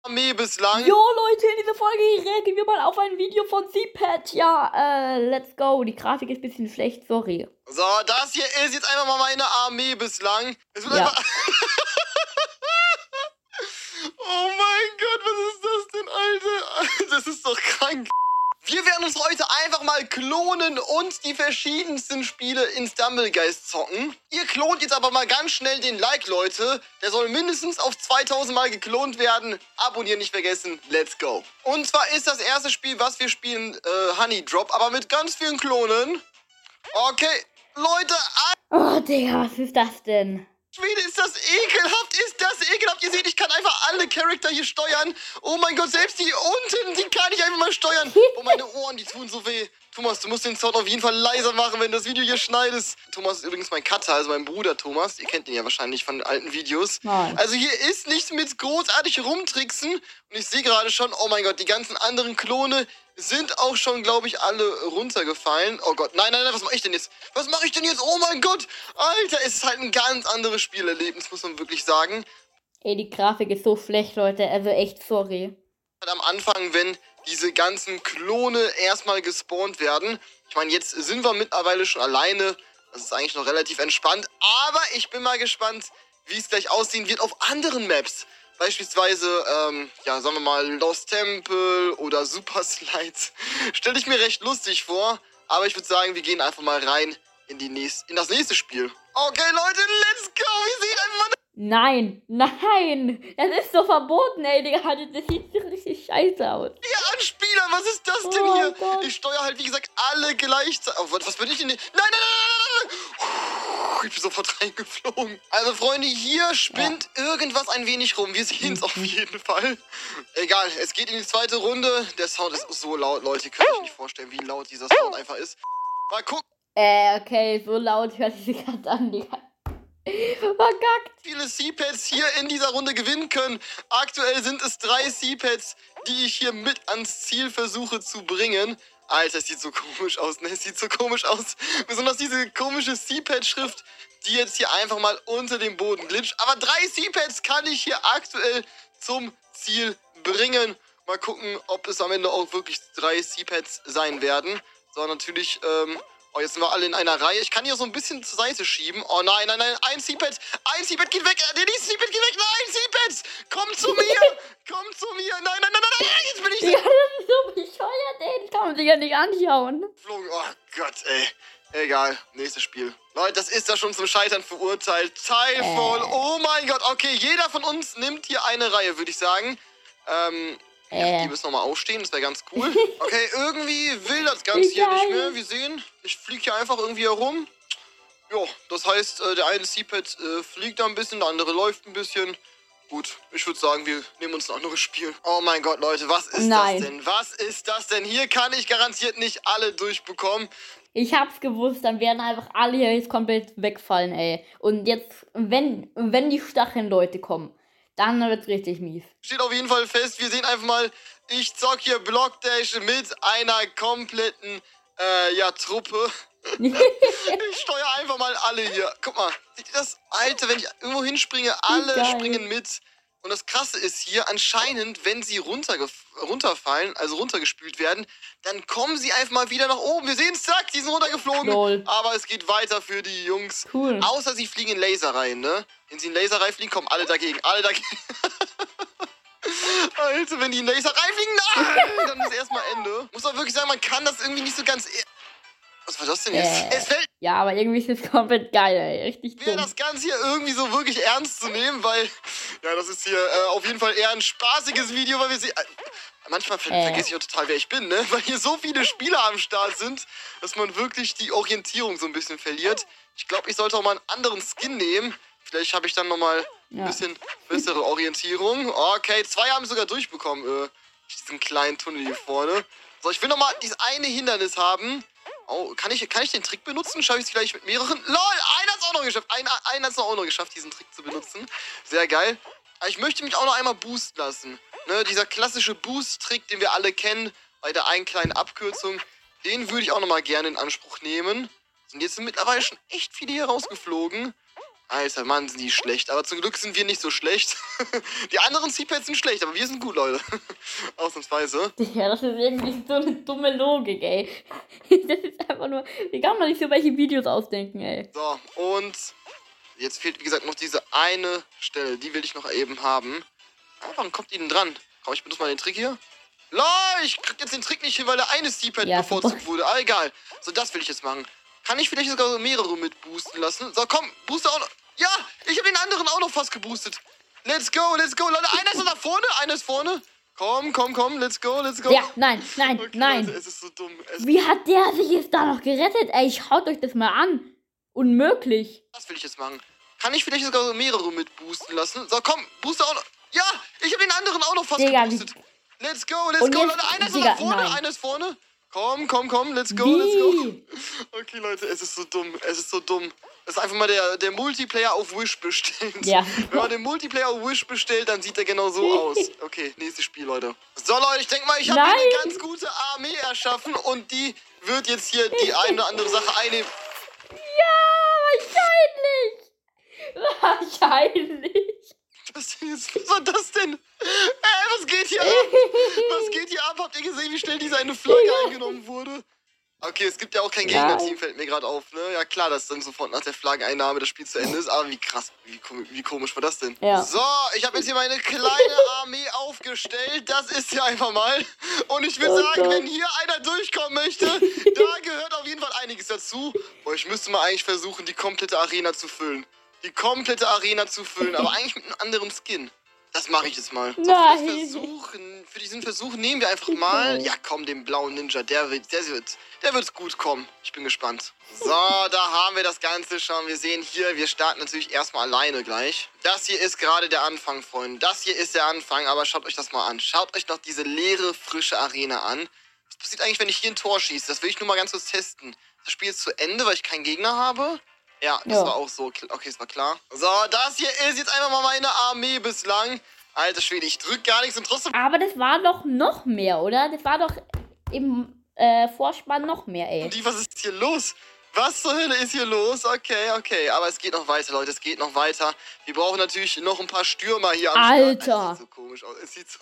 Armee bislang. Jo Leute, in dieser Folge reagieren wir mal auf ein Video von C-Pat. Ja, let's go. Die Grafik ist ein bisschen schlecht, sorry. So, das hier ist jetzt einfach mal meine Armee bislang. Es wird einfach... Oh mein Gott, was ist das denn, Alter? Das ist doch krank. Wir werden uns heute einfach mal klonen und die verschiedensten Spiele in Stumblegeist zocken. Ihr klont jetzt aber mal ganz schnell den Like, Leute. Der soll mindestens auf 2000 Mal geklont werden. Abonnieren nicht vergessen. Let's go. Und zwar ist das erste Spiel, was wir spielen, Honey Drop, aber mit ganz vielen Klonen. Okay, Leute. Oh, Digga, was ist das denn? Schwede, ist das ekelhaft, Ihr seht, ich kann einfach alle Charakter hier steuern. Oh mein Gott, selbst die unten, die kann ich einfach mal steuern. Oh, meine Ohren, die tun so weh. Thomas, du musst den Sound auf jeden Fall leiser machen, wenn du das Video hier schneidest. Thomas ist übrigens mein Cutter, also mein Bruder Thomas. Ihr kennt ihn ja wahrscheinlich von den alten Videos. Nein. Also hier ist nichts mit großartig rumtricksen. Und ich sehe gerade schon, oh mein Gott, die ganzen anderen Klone sind auch schon, glaube ich, alle runtergefallen. Oh Gott, nein, was mache ich denn jetzt? Was mache ich denn jetzt? Oh mein Gott, Alter, es ist halt ein ganz anderes Spielerlebnis, muss man wirklich sagen. Ey, die Grafik ist so schlecht, Leute, also echt sorry. Am Anfang, wenn diese ganzen Klone erstmal gespawnt werden. Ich meine, jetzt sind wir mittlerweile schon alleine. Das ist eigentlich noch relativ entspannt. Aber ich bin mal gespannt, wie es gleich aussehen wird auf anderen Maps. Beispielsweise, ja, sagen wir mal, Lost Temple oder Super Slides. Stelle ich mir recht lustig vor. Aber ich würde sagen, wir gehen einfach mal rein in das nächste Spiel. Okay, Leute, let's go. Wir sehen einfach mal... Nein, das ist so verboten, ey, Digga, das sieht richtig scheiße aus. Ja, an Spielern, was ist das denn hier? Gott. Ich steuere halt, wie gesagt, alle gleichzeitig. Oh, was bin ich denn? Nein! Ich bin sofort reingeflogen. Also, Freunde, hier spinnt irgendwas ein wenig rum. Wir sehen es auf jeden Fall. Egal, es geht in die zweite Runde. Der Sound ist so laut, Leute. Ihr könnt euch nicht vorstellen, wie laut dieser Sound einfach ist. Mal gucken. Okay, so laut hört sich gerade an, Digga. Verkackt. Viele C-Pads hier in dieser Runde gewinnen können. Aktuell sind es 3 C-Pads, die ich hier mit ans Ziel versuche zu bringen. Alter, es sieht so komisch aus, ne? Es sieht so komisch aus. Besonders diese komische C-Pad-Schrift, die jetzt hier einfach mal unter dem Boden glitscht. Aber 3 C-Pads kann ich hier aktuell zum Ziel bringen. Mal gucken, ob es am Ende auch wirklich 3 C-Pads sein werden. So, natürlich, oh, jetzt sind wir alle in einer Reihe. Ich kann hier so ein bisschen zur Seite schieben. Oh nein, ein C-Pad geht weg. Der nächste C-Pad geht weg. Nein, C-Pads, komm zu mir. Nein, jetzt bin ich... Ja, das ist so bescheuert, ey. Das kann man sich ja nicht anschauen. Oh Gott, ey. Egal, nächstes Spiel. Leute, das ist ja schon zum Scheitern verurteilt. Typhoon, oh mein Gott. Okay, jeder von uns nimmt hier eine Reihe, würde ich sagen. Ja, die müssen nochmal aufstehen, das wäre ganz cool. Okay, irgendwie will das Ganze hier nicht mehr. Wir sehen, ich fliege hier einfach irgendwie herum. Ja, das heißt, der eine C-Pad fliegt da ein bisschen, der andere läuft ein bisschen. Gut, ich würde sagen, wir nehmen uns ein anderes Spiel. Oh mein Gott, Leute, was ist das denn? Was ist das denn? Hier kann ich garantiert nicht alle durchbekommen. Ich hab's gewusst, dann werden einfach alle hier jetzt komplett wegfallen, ey. Und jetzt, wenn die Stacheln-Leute kommen, dann wird's richtig mies. Steht auf jeden Fall fest, wir sehen einfach mal, ich zock hier Blockdash mit einer kompletten, Truppe. Ich steuere einfach mal alle hier. Guck mal, seht ihr das? Alter, wenn ich irgendwo hinspringe, alle springen mit. Und das Krasse ist hier, anscheinend, wenn sie runterfallen, also runtergespült werden, dann kommen sie einfach mal wieder nach oben. Wir sehen es, zack, die sind runtergeflogen. Lol. Aber es geht weiter für die Jungs. Cool. Außer sie fliegen in Laserreihen, ne? Wenn sie in Laserreihen fliegen, kommen alle dagegen. Alter, wenn die in Laserreihen fliegen, nein! Dann ist erstmal Ende. Muss auch wirklich sagen, man kann das irgendwie nicht so ganz... Was war das denn jetzt? Es fällt... Ja, aber irgendwie ist es komplett geil, ey. Richtig dumm. Das Ganze hier irgendwie so wirklich ernst zu nehmen, weil... Ja, das ist hier auf jeden Fall eher ein spaßiges Video, weil wir sehen... Manchmal vergesse ich auch total, wer ich bin, ne? Weil hier so viele Spieler am Start sind, dass man wirklich die Orientierung so ein bisschen verliert. Ich glaube, ich sollte auch mal einen anderen Skin nehmen. Vielleicht habe ich dann nochmal ein bisschen bessere Orientierung. Okay, 2 haben sogar durchbekommen, diesen kleinen Tunnel hier vorne. So, ich will nochmal dieses eine Hindernis haben. Oh, kann ich den Trick benutzen? Schaffe ich es vielleicht mit mehreren? LOL, einer hat es auch noch geschafft. Einer hat es auch noch geschafft, diesen Trick zu benutzen. Sehr geil. Aber ich möchte mich auch noch einmal boosten lassen. Ne, dieser klassische Boost-Trick, den wir alle kennen, bei der einen kleinen Abkürzung, den würde ich auch noch mal gerne in Anspruch nehmen. Und jetzt sind mittlerweile schon echt viele hier rausgeflogen. Alter, Mann, sind die schlecht. Aber zum Glück sind wir nicht so schlecht. Die anderen Seapads sind schlecht, aber wir sind gut, Leute. Ausnahmsweise. Ja, das ist irgendwie so eine dumme Logik, ey. Das ist einfach nur... Wie kann man sich so welche Videos ausdenken, ey? So, und jetzt fehlt, wie gesagt, noch diese eine Stelle. Die will ich noch eben haben. Ah, warum kommt die denn dran? Komm, ich benutze mal den Trick hier. Lol, ich krieg jetzt den Trick nicht hin, weil der eine Seapad bevorzugt wurde. Ah, egal. So, das will ich jetzt machen. Kann ich vielleicht sogar mehrere mit boosten lassen? So, komm, booste auch noch. Ja, ich habe den anderen auch noch fast geboostet. Let's go, Leute. Einer ist da vorne, einer ist vorne. Komm, let's go. Ja, nein, Okay, nein. Leute, es ist so dumm. Wie hat der sich jetzt da noch gerettet? Ey, schaut euch das mal an. Unmöglich. Das will ich jetzt machen. Kann ich vielleicht sogar mehrere mit boosten lassen? So, komm, booste auch noch. Ja, ich habe den anderen auch noch fast geboostet. Let's go, Leute. Einer ist da vorne, einer ist vorne. Komm, let's go. Okay, Leute, es ist so dumm. Das ist einfach mal der Multiplayer auf Wish bestellt. Ja. Wenn man den Multiplayer auf Wish bestellt, dann sieht er genau so aus. Okay, nächstes Spiel, Leute. So, Leute, ich denke mal, ich habe hier eine ganz gute Armee erschaffen und die wird jetzt hier die eine oder andere Sache einnehmen. Ja, wahrscheinlich. Was war das denn? Was geht hier ab? Habt ihr gesehen, wie schnell diese eine Flagge eingenommen wurde? Okay, es gibt ja auch kein Gegnerteam, fällt mir gerade auf, ne? Ja klar, dass dann sofort nach der Flaggeneinnahme das Spiel zu Ende ist, aber wie krass, wie komisch war das denn? Ja. So, ich habe jetzt hier meine kleine Armee aufgestellt, das ist ja einfach mal. Und ich würde sagen, wenn hier einer durchkommen möchte, da gehört auf jeden Fall einiges dazu. Boah, ich müsste mal eigentlich versuchen, die komplette Arena zu füllen. Aber eigentlich mit einem anderen Skin. Das mache ich jetzt mal. So, für diesen Versuch nehmen wir einfach mal... Ja, komm, den blauen Ninja. Der wird gut kommen. Ich bin gespannt. So, da haben wir das Ganze schon. Wir sehen hier, wir starten natürlich erstmal alleine gleich. Das hier ist gerade der Anfang, Freunde. Das hier ist der Anfang, aber schaut euch das mal an. Schaut euch noch diese leere, frische Arena an. Was passiert eigentlich, wenn ich hier ein Tor schieße? Das will ich nur mal ganz kurz testen. Das Spiel ist zu Ende, weil ich keinen Gegner habe. Ja, das war auch so. Okay, das war klar. So, das hier ist jetzt einfach mal meine Armee bislang. Alter Schwede, ich drück gar nichts und trotzdem... Aber das war doch noch mehr, oder? Das war doch im Vorspann noch mehr, ey. Was ist hier los? Was zur Hölle ist hier los? Okay. Aber es geht noch weiter, Leute. Wir brauchen natürlich noch ein paar Stürmer hier am Start. Alter. Es sieht so komisch aus.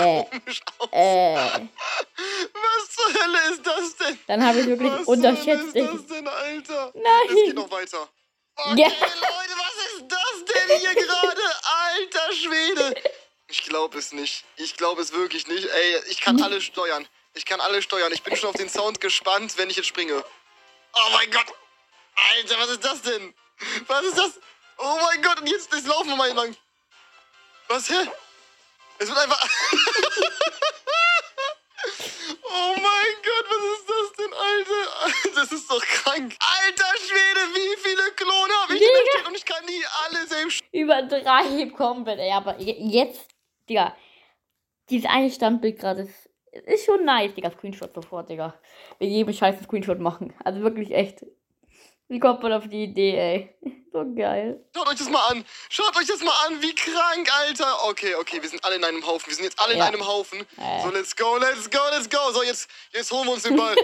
Was zur Hölle ist das denn? Dann habe ich wirklich unterschätzt. Was ist das denn, Alter? Nein. Es geht noch weiter. Okay, Leute, was ist das denn hier gerade? Alter Schwede. Ich glaube es nicht. Ich glaube es wirklich nicht. Ey, ich kann alles steuern. Ich bin schon auf den Sound gespannt, wenn ich jetzt springe. Oh mein Gott. Alter, was ist das denn? Was ist das? Oh mein Gott, und jetzt laufen wir mal hier lang. Was, hä? Es wird einfach... Oh mein Gott, was ist das denn, Alter? Das ist doch krank. Alter Schwede, wie viele Klone habe ich denn stehen? Und ich kann die alle selbst... Übertreib komplett, ey. Aber jetzt, Digga, dieses eine Standbild gerade ist schon nice, Digga. Screenshot sofort, Digga. Wir jedem scheißen Screenshot machen. Also wirklich echt. Wie kommt man auf die Idee, ey? So geil. Schaut euch das mal an, wie krank, Alter. Okay, wir sind alle in einem Haufen. In einem Haufen. So, let's go. So, jetzt holen wir uns den Ball.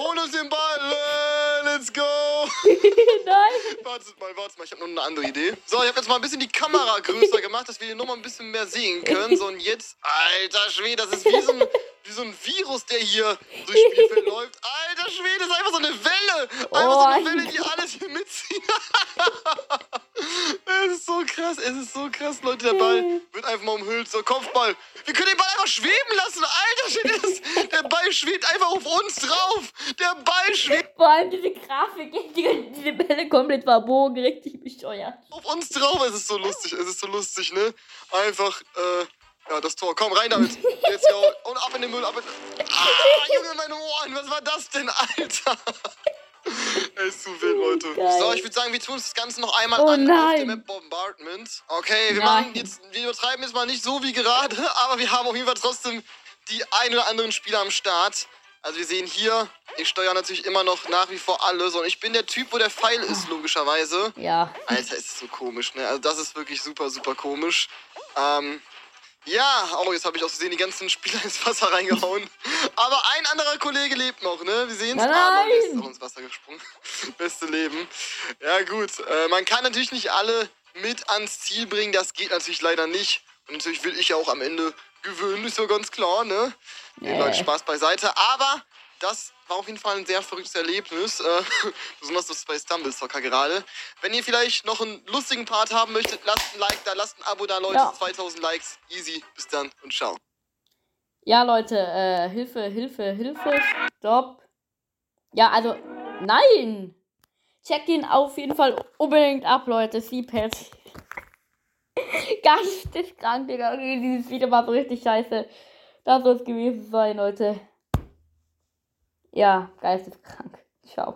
Let's go. Nein. Wartet mal, ich habe noch eine andere Idee. So, ich habe jetzt mal ein bisschen die Kamera größer gemacht, dass wir hier nochmal ein bisschen mehr sehen können. So, und jetzt, alter Schwede, das ist wie so ein Virus, der hier durchs Spielfeld läuft. Alter Schwede, das ist einfach so eine Welle. Die alles hier mitzieht. Es ist so krass, Leute. Der Ball wird einfach mal umhüllt. So, Kopfball. Wir können den Ball einfach schweben lassen. Alter Schwede, der Ball schwebt einfach auf uns drauf. Der Ball schwebt. Vor allem diese Grafik, diese Bälle komplett verbogen, richtig bescheuert. Auf uns drauf. Es ist so lustig, ne? Einfach, ja, das Tor. Komm, rein damit. Let's go. Und ab in den Müll, Junge, meine Ohren. Was war das denn, Alter? Er ist zu wild, Leute. Geil. So, ich würde sagen, wir tun das Ganze noch einmal an auf dem Map Bombardment. Okay, wir übertreiben jetzt mal nicht so wie gerade, aber wir haben auf jeden Fall trotzdem die ein oder anderen Spieler am Start. Also wir sehen hier, ich steuere natürlich immer noch nach wie vor alles und ich bin der Typ, wo der Pfeil ist, logischerweise. Ja. Alter, ist so komisch, ne? Also das ist wirklich super, super komisch. Ja, jetzt habe ich aus Versehen die ganzen Spieler ins Wasser reingehauen. Aber ein anderer Kollege lebt noch, ne? Wir sehen es. Nein! Der ist auch ins Wasser gesprungen. Beste Leben. Ja, gut. Man kann natürlich nicht alle mit ans Ziel bringen. Das geht natürlich leider nicht. Und natürlich will ich ja auch am Ende gewinnen, ist ja ganz klar, ne? Nee, Leute, Spaß beiseite. Aber das war auf jeden Fall ein sehr verrücktes Erlebnis. Besonders das bei Stumble Soccer gerade. Wenn ihr vielleicht noch einen lustigen Part haben möchtet, lasst ein Like da, lasst ein Abo da, Leute. Ja. 2000 Likes. Easy. Bis dann und ciao. Ja, Leute, Hilfe, stopp. Ja, also, nein! Checkt ihn auf jeden Fall unbedingt ab, Leute. Seapad. Geisteskrank, Digga. Okay, dieses Video war so richtig scheiße. Das soll es gewesen sein, Leute. Ja, geisteskrank. Ciao.